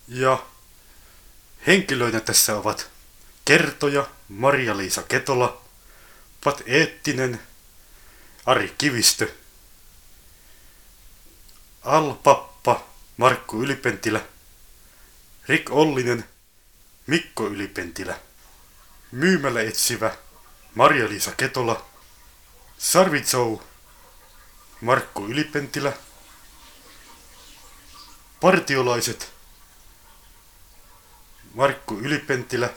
Ja henkilöinä tässä ovat kertoja Maria-Liisa Ketola, Pat Eettinen, Ari Kivistö, Al-Pappa, Markku Ylipentilä, Rik Ollinen, Mikko Ylipentilä, myymällä etsivä Maria-Liisa Ketola, Sarvitsou, Markku Ylipentilä, partiolaiset, Markku Ylipentilä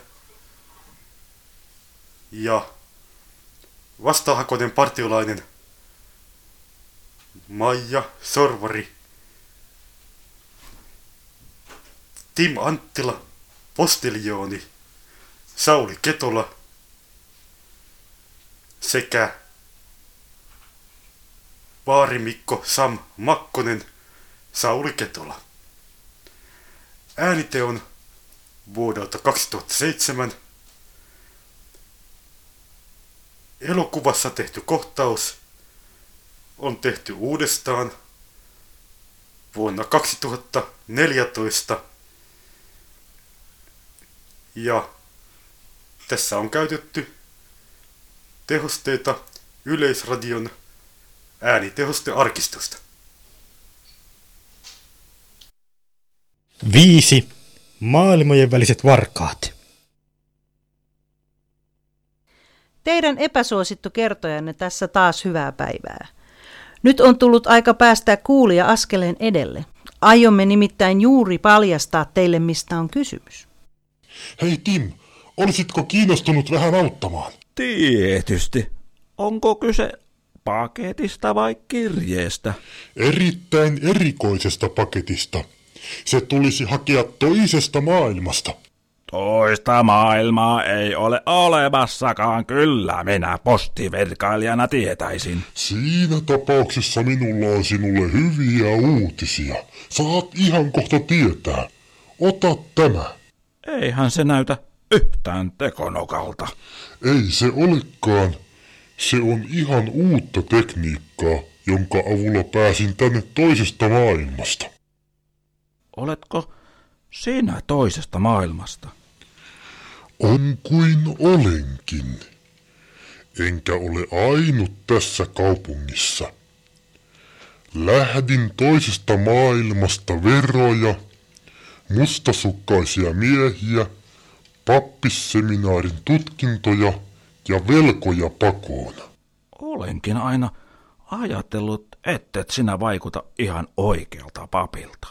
ja vastahakoinen partiolainen Maija Sorvari, Tim Anttila, postiljooni Sauli Ketola sekä Vaarimikko Sam Makkonen Sauli Ketola. Ääniteon vuodelta 2007. Elokuvassa tehty kohtaus on tehty uudestaan vuonna 2014 ja tässä on käytetty tehosteita Yleisradion äänitehostearkistosta. 5. Maailmojen väliset varkaat. Teidän epäsuosittu kertojanne tässä taas hyvää päivää. Nyt on tullut aika päästää kuulija askeleen edelle. Aiomme nimittäin juuri paljastaa teille, mistä on kysymys. Hei Tim, olisitko kiinnostunut vähän auttamaan? Tietysti. Onko kyse paketista vai kirjeestä? Erittäin erikoisesta paketista. Se tulisi hakea toisesta maailmasta. Toista maailmaa ei ole olemassakaan, kyllä minä postiverkailijana tietäisin. Siinä tapauksessa minulla on sinulle hyviä uutisia. Saat ihan kohta tietää. Ota tämä. Eihän se näytä yhtään tekonokalta. Ei se olekaan. Se on ihan uutta tekniikkaa, jonka avulla pääsin tänne toisesta maailmasta. Oletko sinä toisesta maailmasta? On kuin olenkin. Enkä ole ainut tässä kaupungissa. Lähdin toisesta maailmasta veroja, mustasukkaisia miehiä, pappisseminaarin tutkintoja ja velkoja pakoon. Olenkin aina ajatellut, ettet sinä vaikuta ihan oikealta papilta.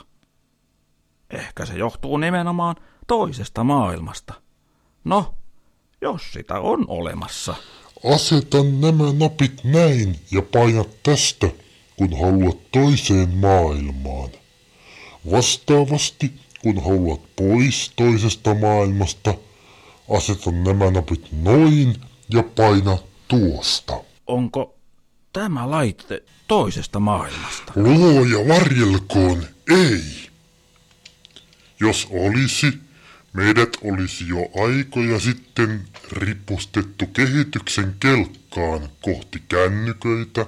Ehkä se johtuu nimenomaan toisesta maailmasta. No, jos sitä on olemassa. Aseta nämä napit näin ja paina tästä, kun haluat toiseen maailmaan. Vastaavasti, kun haluat pois toisesta maailmasta, aseta nämä napit noin ja paina tuosta. Onko tämä laite toisesta maailmasta? Luoja varjelkoon, ei. Jos olisi, meidät olisi jo aikoja sitten ripustettu kehityksen kelkkaan kohti kännyköitä,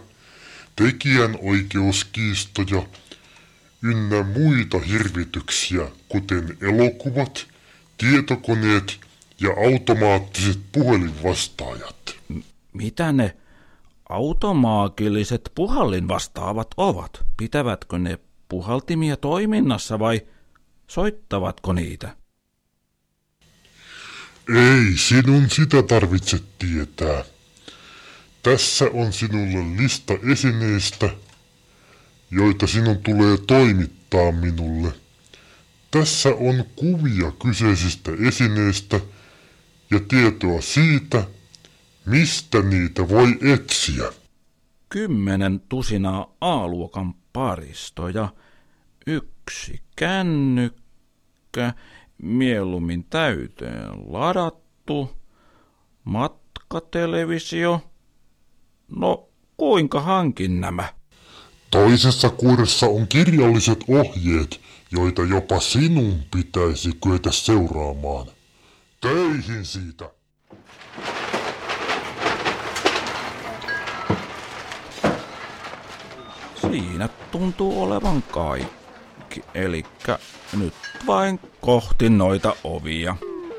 tekijänoikeuskiistoja ynnä muita hirvityksiä, kuten elokuvat, tietokoneet ja automaattiset puhelinvastaajat. Mitä ne automaagilliset puhallinvastaavat ovat? Pitävätkö ne puhaltimia toiminnassa vai soittavatko niitä? Ei sinun sitä tarvitse tietää. Tässä on sinulle lista esineistä, joita sinun tulee toimittaa minulle. Tässä on kuvia kyseisistä esineistä ja tietoa siitä, mistä niitä voi etsiä. 10 tusinaa A-luokan paristoja, 1 kännykkä, mieluummin täyteen ladattu, matkatelevisio. No, kuinka hankin nämä? Toisessa kuoressa on kirjalliset ohjeet, joita jopa sinun pitäisi kyetä seuraamaan. Töihin siitä! Siinä tuntuu olevan kaikki. Elikkä nyt vain kohti noita ovia.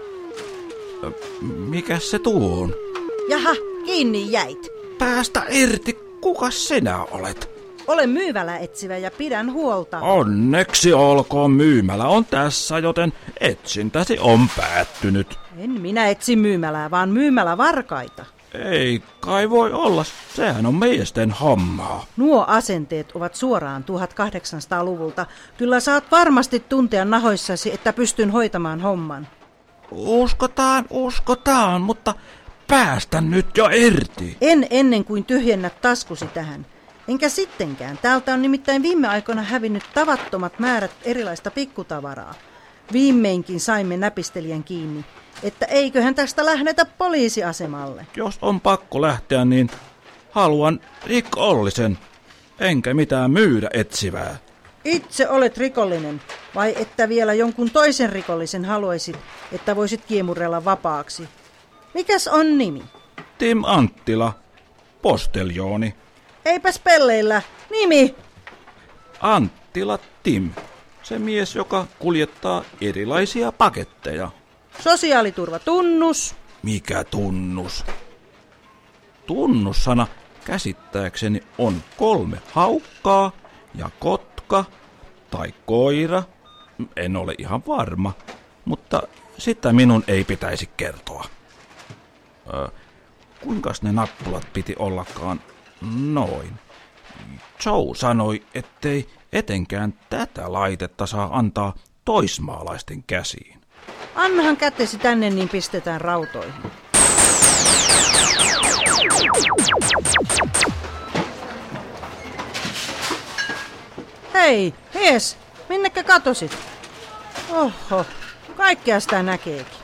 Mikäs se tuo on? Jaha, kiinni jäit. Päästä irti, kuka sinä olet? Olen myyvälä etsivä ja pidän huolta. Onneksi olkoon, myymälä on tässä, joten etsintäsi on päättynyt. En minä etsi myymälää, vaan myymälävarkaita. Ei kai voi olla, sehän on miesten hommaa. Nuo asenteet ovat suoraan 1800-luvulta. Kyllä saat varmasti tuntea nahoissasi, että pystyn hoitamaan homman. Uskotaan, mutta päästä nyt jo irti. En ennen kuin tyhjennät taskusi tähän. Enkä sittenkään. Täältä on nimittäin viime aikoina hävinnyt tavattomat määrät erilaista pikkutavaraa. Viimeinkin saimme näpistelijän kiinni, että eiköhän tästä lähdetä poliisiasemalle. Jos on pakko lähteä, niin haluan rikollisen, enkä mitään myydä etsivää. Itse olet rikollinen, vai että vielä jonkun toisen rikollisen haluaisit, että voisit kiemurrella vapaaksi? Mikäs on nimi? Tim Anttila, posteljooni. Eipäs pelleillä. Nimi! Anttila Tim, se mies, joka kuljettaa erilaisia paketteja. Sosiaaliturvatunnus. Mikä tunnus? Tunnussana käsittääkseni on 3 haukkaa ja kotka tai koira. En ole ihan varma, mutta sitä minun ei pitäisi kertoa. Kuinkas ne nappulat piti ollakaan? Noin. Joe sanoi, ettei etenkään tätä laitetta saa antaa toismaalaisten käsiin. Annahan kätesi tänne, niin pistetään rautoihin. Hei, mies, minnekä katosit? Oho, kaikkea sitä näkeekin.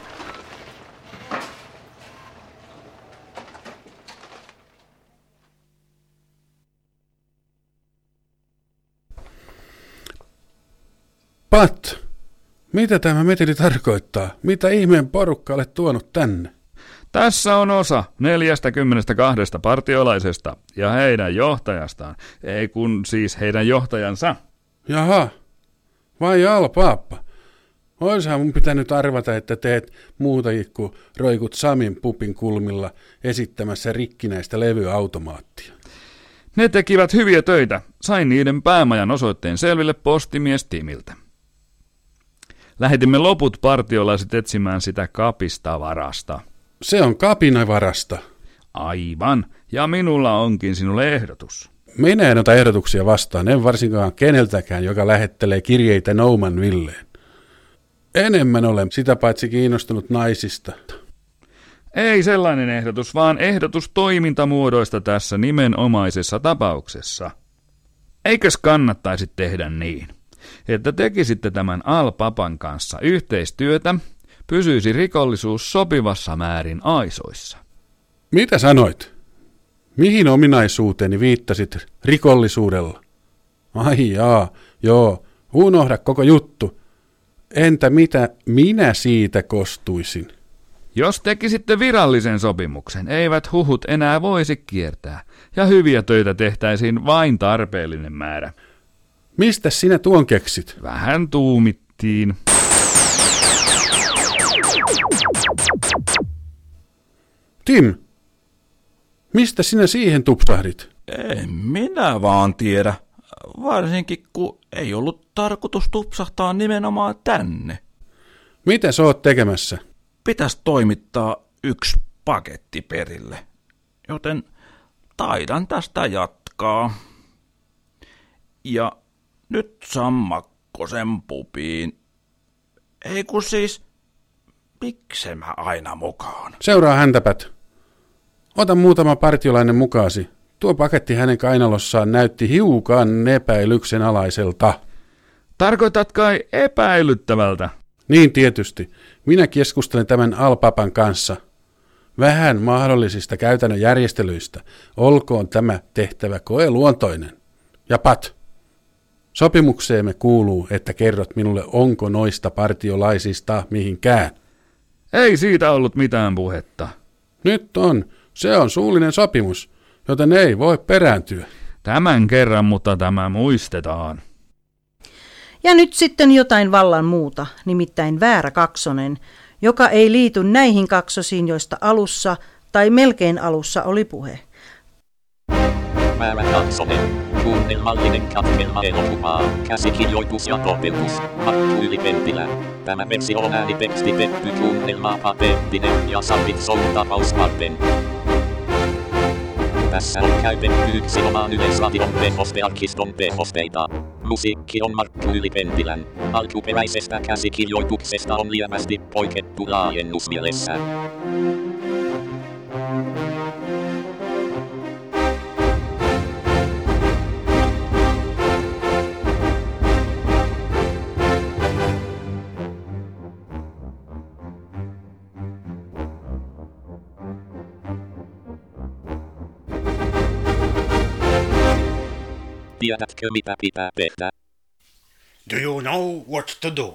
Pat, mitä tämä meteli tarkoittaa? Mitä ihmeen porukka olet tuonut tänne? Tässä on osa 42 partiolaisesta ja heidän johtajastaan. Ei kun siis heidän johtajansa. Jaha, vai Alpaappa? Oishan mun pitänyt arvata, että teet muutakin kuin roikut Samin pupin kulmilla esittämässä rikkinäistä levyautomaattia. Ne tekivät hyviä töitä. Sain niiden päämajan osoitteen selville postimies Timiltä. Lähetimme loput partiolaiset etsimään sitä kapistavarasta. Se on kapinavarasta. Aivan, ja minulla onkin sinulle ehdotus. Minä en ota ehdotuksia vastaan, en varsinkaan keneltäkään, joka lähettelee kirjeitä Nouman Villeen. Enemmän olen sitä paitsi kiinnostunut naisista. Ei sellainen ehdotus, vaan ehdotus toimintamuodoista tässä nimenomaisessa tapauksessa. Eikös kannattaisi tehdä niin, että tekisitte tämän Al-Papan kanssa yhteistyötä, pysyisi rikollisuus sopivassa määrin aisoissa. Mitä sanoit? Mihin ominaisuuteeni viittasit rikollisuudella? Ai joo, unohda koko juttu. Entä mitä minä siitä kostuisin? Jos tekisitte virallisen sopimuksen, eivät huhut enää voisi kiertää, ja hyviä töitä tehtäisiin vain tarpeellinen määrä. Mistä sinä tuon keksit? Vähän tuumittiin. Tim, mistä sinä siihen tupsahdit? En minä vaan tiedä, varsinkin kun ei ollut tarkoitus tupsahtaa nimenomaan tänne. Mitä sä oot tekemässä? Pitäisi toimittaa 1 paketti perille, joten taidan tästä jatkaa. Ja nyt Sammakkosen pupiin. Ei kun siis, miksen mä aina mukaan? Seuraa häntäpät. Ota muutama partiolainen mukaasi. Tuo paketti hänen kainalossaan näytti hiukan epäilyksen alaiselta. Tarkoitat kai epäilyttävältä? Niin tietysti. Minä keskustelen tämän Al-Papan kanssa. Vähän mahdollisista käytännön järjestelyistä. Olkoon tämä tehtävä koeluontoinen. Ja Pat, sopimukseemme kuuluu, että kerrot minulle, onko noista partiolaisista mihinkään. Ei siitä ollut mitään puhetta. Nyt on. Se on suullinen sopimus, joten ei voi perääntyä. Tämän kerran, mutta tämä muistetaan. Ja nyt sitten jotain vallan muuta, nimittäin väärä kaksonen, joka ei liity näihin kaksosiin, joista alussa tai melkein alussa oli puhe. Väärä kaksonen. Kuunnelmallinen katkelma elokuvaa. Käsikirjoitus ja toteutus. Hattu Yli-Penttilä. Tämä versio on ääniteksti Peppy Kuunnelmaa Penttinen ja Savit Soutapaus varten. Tässä on käytetty yksinomaan Yleisradion tehostearkiston tehosteita. Musiikki on Markku Yli-Penttilän. Alkuperäisestä käsikirjoituksesta on lievästi poikettu laajennusmielessä. Tiedätkö mitä pitää tehdä? Do you know what to do?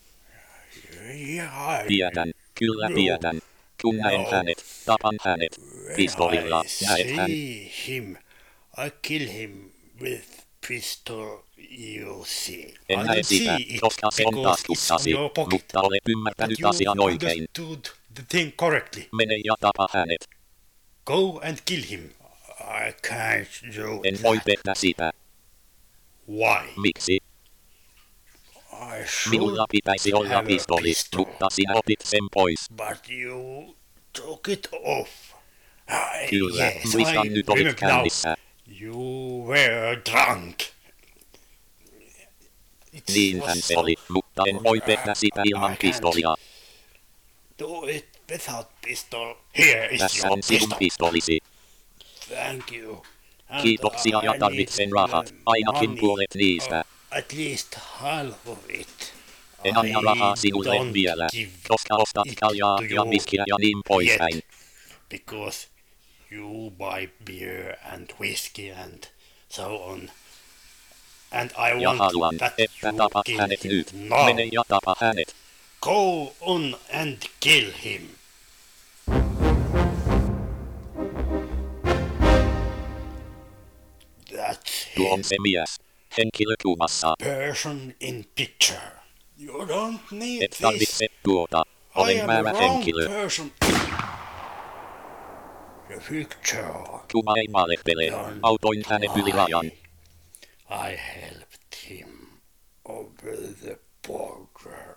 Yeah, Tiedän, kyllä tiedän. Kun näen hänet, tapan hänet. Pistolilla, näet hän. him. I kill him with pistol, you see. En näe sitä, koska se on taskussasi, mutta olet ymmärtänyt asian oikein. Understood the thing correctly. Mene ja tapa hänet. Go and kill him. I can't do En voi tehdä sitä. Why? Miksi? I should Minulla pitäisi olla have a pistoli, pistol. mutta sinä otit sen pois. But you took it off. Kyllä, yes, muistan I nyt olit remember now. käynnissä. You were drunk. It Niinhän was se so oli, mutta en voi tehdä sitä ilman I can't pistolia. do it without pistol. Here is Tässä your on sinun pistol. pistolisi. Thank you. And Kiitoksia ja I tarvitsen need rahat, the ainakin money. puolet niistä. At least half of it. En anna I rahaa sinulle don't vielä, give koska ostat it kaljaa to ja you viskiä ja niin poispäin. yet, because you buy beer and whiskey and so on. And I Ja want haluan, that että you tapat kill hänet him nyt. now. Mene ja tapa hänet. Go on and kill him. That's Tuo on him. se mies. Henkilökuvassa. Person in picture. You don't need Et this. tarvitse tuota. I Olen am väärä the wrong henkilö. person. The picture. Kuva ei valehtele. Autoin hänet yli rajan. I helped him over the border.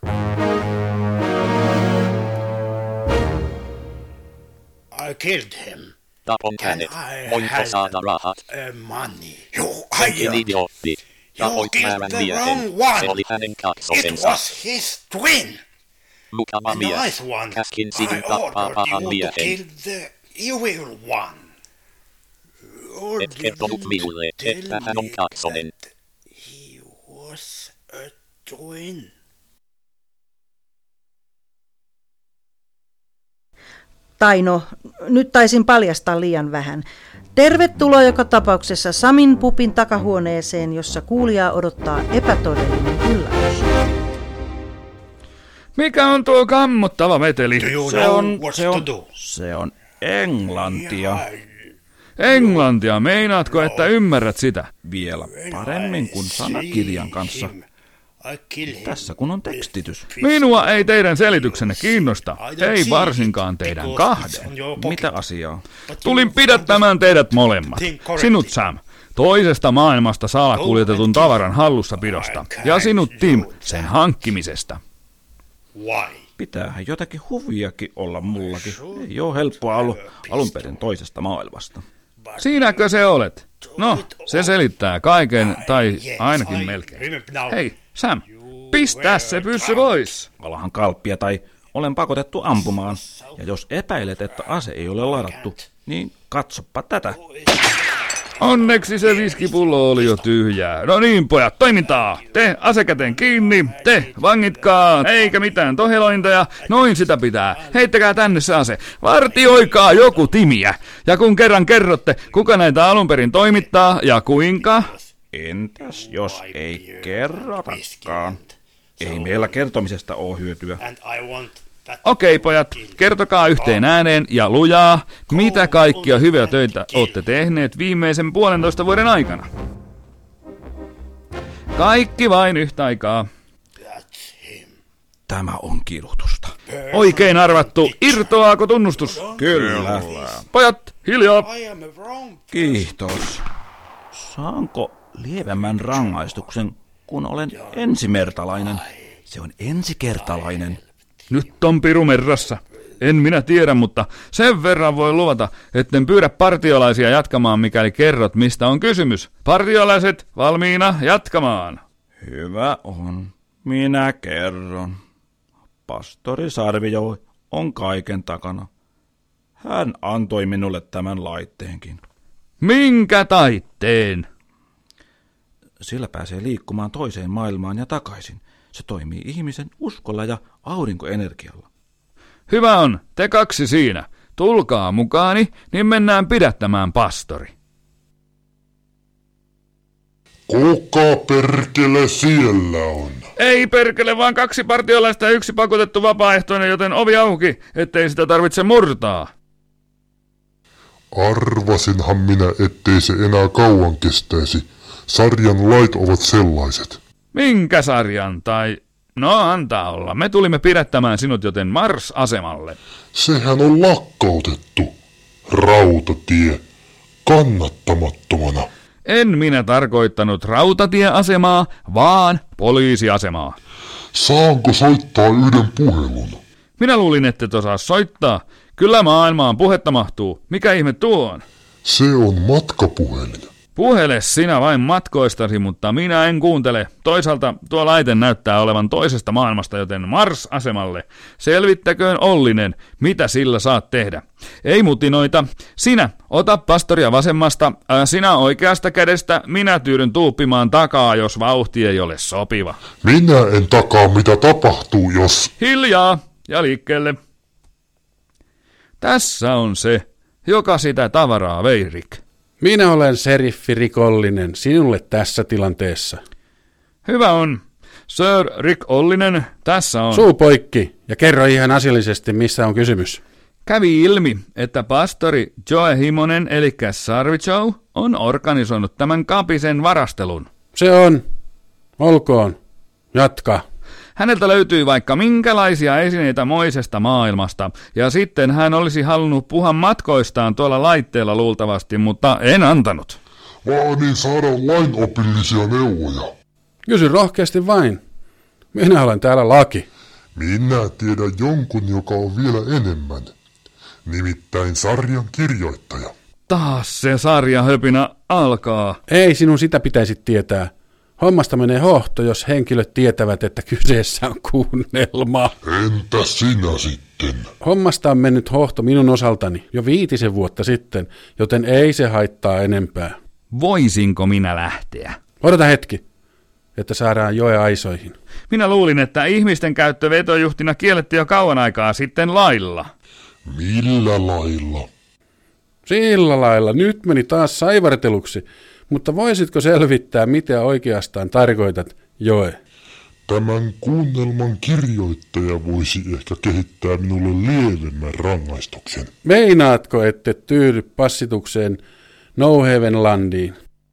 I killed him. Tapon Can hänet. I Voinko have saada rahat? Money. You Senkin idiot. idiootti. Tapoit killed väärän the miehen. wrong one. Se oli hänen It kaksosensa. was his twin. Mukava A mies. nice one. Käskin I sinun tappaa ordered pahan you to kill miehen. the evil one. Or Et did kertonut you minulle, tell että hän on me kaksonen. that he was a twin? Tai no, nyt taisin paljastaa liian vähän. Tervetuloa joka tapauksessa Samin pupin takahuoneeseen, jossa kuulijaa odottaa epätodellinen yllätys. Mikä on tuo kammottava meteli? Do you Se know on, what se to on, do? se on englantia. Englantia, meinaatko, että ymmärrät sitä? Vielä paremmin kuin sanakirjan kanssa. Tässä kun on tekstitys. Minua ei teidän selityksenne kiinnosta. Ei varsinkaan teidän kahden. Mitä asiaa? Tulin pidättämään teidät molemmat. Sinut Sam, toisesta maailmasta salakuljetetun tavaran hallussapidosta. Ja sinut Tim, sen hankkimisesta. Why? Pitäähän jotakin huviakin olla mullakin. Ei ole helppoa ollut alun perin toisesta maailmasta. Siinäkö se olet? No, se selittää kaiken, tai ainakin melkein. Hei, Sam, pistää se pyssy pois. Valahan kalppia tai olen pakotettu ampumaan. Ja jos epäilet, että ase ei ole ladattu, niin katsoppa tätä. Onneksi se viskipullo oli jo tyhjää. No niin, pojat, toimintaa! Te asekäteen kiinni, te vangitkaa, eikä mitään tohelointeja. Noin sitä pitää. Heittäkää tänne se ase. Vartioikaa joku timiä. Ja kun kerran kerrotte, kuka näitä alun perin toimittaa ja kuinka... Entäs jos ei kerrotakaan? Ei meillä kertomisesta ole hyötyä. Okei, pojat, kertokaa yhteen ääneen ja lujaa, mitä kaikkia hyviä töitä olette tehneet viimeisen 1,5 vuoden aikana. Kaikki vain yhtä aikaa. Tämä on kidutusta. Oikein arvattu. Irtoaako tunnustus? Kyllä. Pojat, hiljaa. Kiitos. Saanko lievemmän rangaistuksen, kun olen ensimertalainen? Se on ensikertalainen. Nyt on piru merrassa. En minä tiedä, mutta sen verran voi luvata, etten pyydä partiolaisia jatkamaan, mikäli kerrot, mistä on kysymys. Partiolaiset valmiina jatkamaan. Hyvä on. Minä kerron. Pastori Sarvijoe on kaiken takana. Hän antoi minulle tämän laitteenkin. Minkä taitteen? Sillä pääsee liikkumaan toiseen maailmaan ja takaisin. Se toimii ihmisen uskolla ja aurinkoenergialla. Hyvä on, te kaksi siinä. Tulkaa mukaani, niin mennään pidättämään pastori. Kuka perkele siellä on? Ei perkele, vaan 2 partiolaista ja 1 pakotettu vapaaehtoinen, joten ovi auki, ettei sitä tarvitse murtaa. Arvasinhan minä, ettei se enää kauan kestäisi. Sarjan lait ovat sellaiset. Minkä sarjan tai... No antaa olla, me tulimme pidättämään sinut, joten mars asemalle. Sehän on lakkautettu. Rautatie. Kannattamattomana. En minä tarkoittanut rautatieasemaa, vaan poliisiasemaa. Saanko soittaa yhden puhelun? Minä luulin, että et osaa soittaa. Kyllä maailmaan puhetta mahtuu. Mikä ihme tuo on? Se on matkapuhelin. Puhele sinä vain matkoistasi, mutta minä en kuuntele. Toisaalta tuo laite näyttää olevan toisesta maailmasta, joten mars asemalle. Selvittäköön Ollinen, mitä sillä saat tehdä. Ei mutinoita. Sinä, ota pastoria vasemmasta, sinä oikeasta kädestä, minä tyydyn tuuppimaan takaa, jos vauhti ei ole sopiva. Minä en takaa, mitä tapahtuu, jos... Hiljaa ja liikkeelle. Tässä on se, joka sitä tavaraa vei, Rick. Minä olen seriffi rikollinen sinulle tässä tilanteessa. Hyvä on. Sir Rick Ollinen, tässä on. Suu poikki ja kerro ihan asiallisesti, missä on kysymys. Kävi ilmi, että pastori Joe Himonen eli Sarvijoe on organisoinut tämän kapisen varastelun. Se on. Olkoon. Jatka. Häneltä löytyi vaikka minkälaisia esineitä moisesta maailmasta, ja sitten hän olisi halunnut puhua matkoistaan tuolla laitteella luultavasti, mutta en antanut. Vaadin saada lainopillisia neuvoja. Kysy rohkeasti vain. Minä olen täällä laki. Minä tiedän jonkun, joka on vielä enemmän. Nimittäin sarjan kirjoittaja. Taas se sarjahöpinä alkaa. Ei sinun sitä pitäisi tietää. Hommasta menee hohto, jos henkilöt tietävät, että kyseessä on kuunnelma. Entä sinä sitten? Hommasta on mennyt hohto minun osaltani jo 5 vuotta sitten, joten ei se haittaa enempää. Voisinko minä lähteä? Odota hetki, että saadaan Joe aisoihin. Minä luulin, että ihmisten käyttö vetojuhtina kiellettiin jo kauan aikaa sitten lailla. Millä lailla? Sillä lailla. Nyt meni taas saivarteluksi. Mutta voisitko selvittää, mitä oikeastaan tarkoitat, Joe? Tämän kuunnelman kirjoittaja voisi ehkä kehittää minulle lievemmän rangaistuksen. Meinaatko, ette tyydy passitukseen No Heaven Landiin?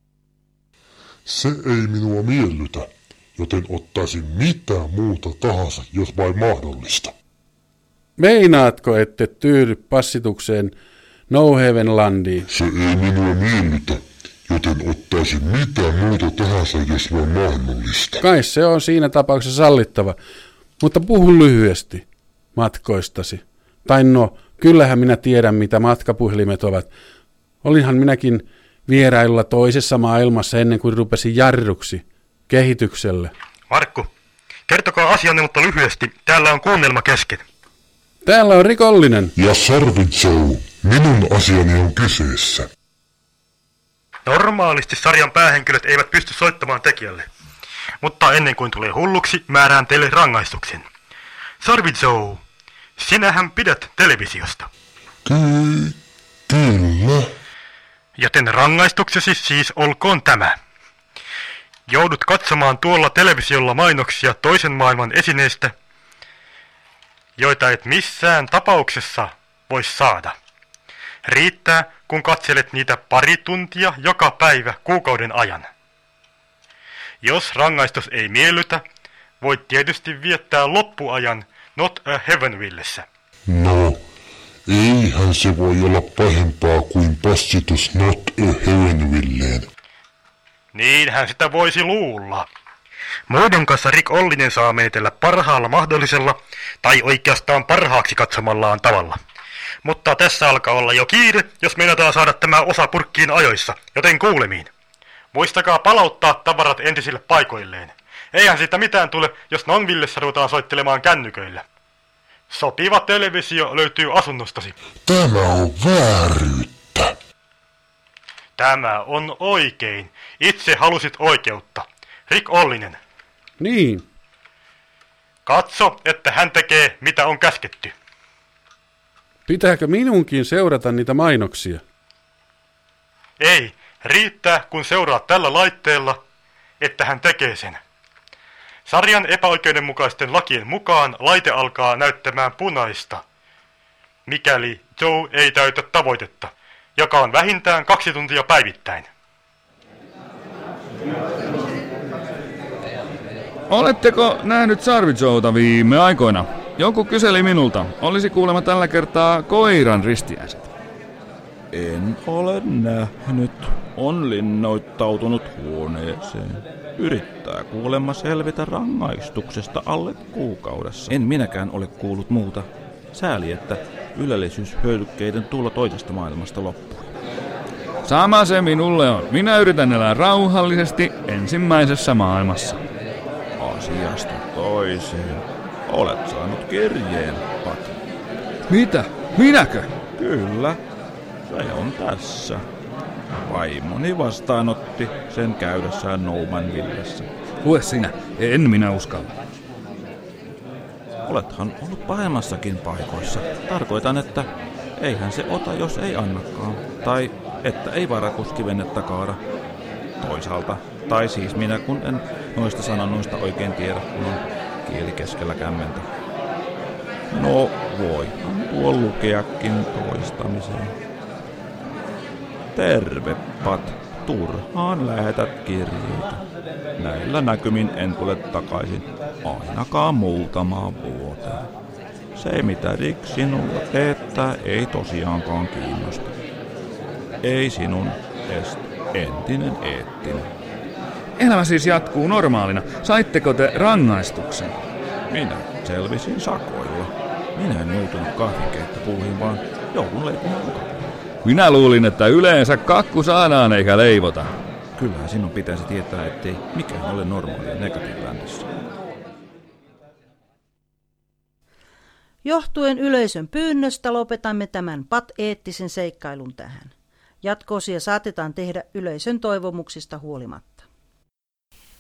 Se ei minua miellytä, joten ottaisin mitä muuta tahansa, jos vain mahdollista. Meinaatko, ette tyydy passitukseen No Heaven Landiin? Se ei minua miellytä, joten ottaisin mitä muuta tahansa, jos vain mahdollista. Kai se on siinä tapauksessa sallittava, mutta puhu lyhyesti matkoistasi. Tai no, kyllähän minä tiedän, mitä matkapuhelimet ovat. Olinhan minäkin vierailulla toisessa maailmassa ennen kuin rupesin jarruksi kehitykselle. Markku, kertokaa asianne, mutta lyhyesti. Täällä on kuunnelma kesken. Täällä on rikollinen. Ja Sarvijoe, minun asiani on kyseessä. Normaalisti sarjan päähenkilöt eivät pysty soittamaan tekijälle. Mutta ennen kuin tulee hulluksi, määrään teille rangaistuksen. Sarvijoe, sinähän pidät televisiosta. Kyllä. Joten rangaistuksesi siis olkoon tämä. Joudut katsomaan tuolla televisiolla mainoksia toisen maailman esineistä, joita et missään tapauksessa voi saada. Riittää, kun katselet niitä 2 tuntia joka päivä kuukauden ajan. Jos rangaistus ei miellytä, voit tietysti viettää loppuajan Not a Heavenvillessä. No, eihän se voi olla pahempaa kuin passitus Not a Heavenvilleen. Niinhän sitä voisi luulla. Muiden kanssa Rick Ollinen saa menetellä parhaalla mahdollisella, tai oikeastaan parhaaksi katsomallaan tavalla. Mutta tässä alkaa olla jo kiire, jos meinataan saada tämä osa purkkiin ajoissa, joten kuulemiin. Muistakaa palauttaa tavarat entisille paikoilleen. Eihän siitä mitään tule, jos Nonvillessä ruvetaan soittelemaan kännyköillä. Sopiva televisio löytyy asunnostasi. Tämä on vääryyttä. Tämä on oikein. Itse halusit oikeutta. Rick Ollinen. Niin. Katso, että hän tekee, mitä on käsketty. Pitääkö minunkin seurata niitä mainoksia? Ei, riittää kun seuraat tällä laitteella, että hän tekee sen. Sarjan epäoikeudenmukaisten lakien mukaan laite alkaa näyttämään punaista, mikäli Joe ei täytä tavoitetta, joka on vähintään 2 tuntia päivittäin. Oletteko nähnyt Sarvi Joeta viime aikoina? Joku kyseli minulta, olisi kuulemma tällä kertaa koiran ristiäiset. En ole nähnyt. On linnoittautunut huoneeseen. Yrittää kuulemma selvitä rangaistuksesta alle kuukaudessa. En minäkään ole kuullut muuta. Sääli, että ylellisyyshyödykkeiden tulo toisesta maailmasta loppui. Sama se minulle on. Minä yritän elää rauhallisesti ensimmäisessä maailmassa. Asiasta toiseen. Olet saanut kirjeen, Pat. Mitä? Minäkö? Kyllä. Se on tässä. Vaimoni vastaanotti sen käydessään Noumanvillessä. Lue sinä. En minä uskalla. Olethan ollut pahemmassakin paikoissa. Tarkoitan, että eihän se ota, jos ei annakaan. Tai että ei varakuskivennettä kaada. Toisaalta. Tai siis minä, kun en noista sanannoista oikein tiedä, kun on kieli keskellä kämmentä. No, voihan tuo lukeakin toistamiseen. Terve, Pat. Turhaan lähetät kirjeitä. Näillä näkymin en tule takaisin ainakaan muutamaan vuoteen. Se, mitä Rick sinulla teettää, ei tosiaankaan kiinnosta. Ei sinun entinen eettinen. Elämä siis jatkuu normaalina. Saitteko te rangaistuksen? Minä selvisin sakoilla. Minä en joutunut kahvinkeittopuuhin, vaan joudun leipomaan mukaan. Minä luulin, että yleensä kakku saadaan eikä leivota. Kyllähän sinun pitäisi tietää, ettei mikään ole normaalia negatiiviländessä. Johtuen yleisön pyynnöstä lopetamme tämän pat-eettisen seikkailun tähän. Jatko-osia saatetaan tehdä yleisön toivomuksista huolimatta.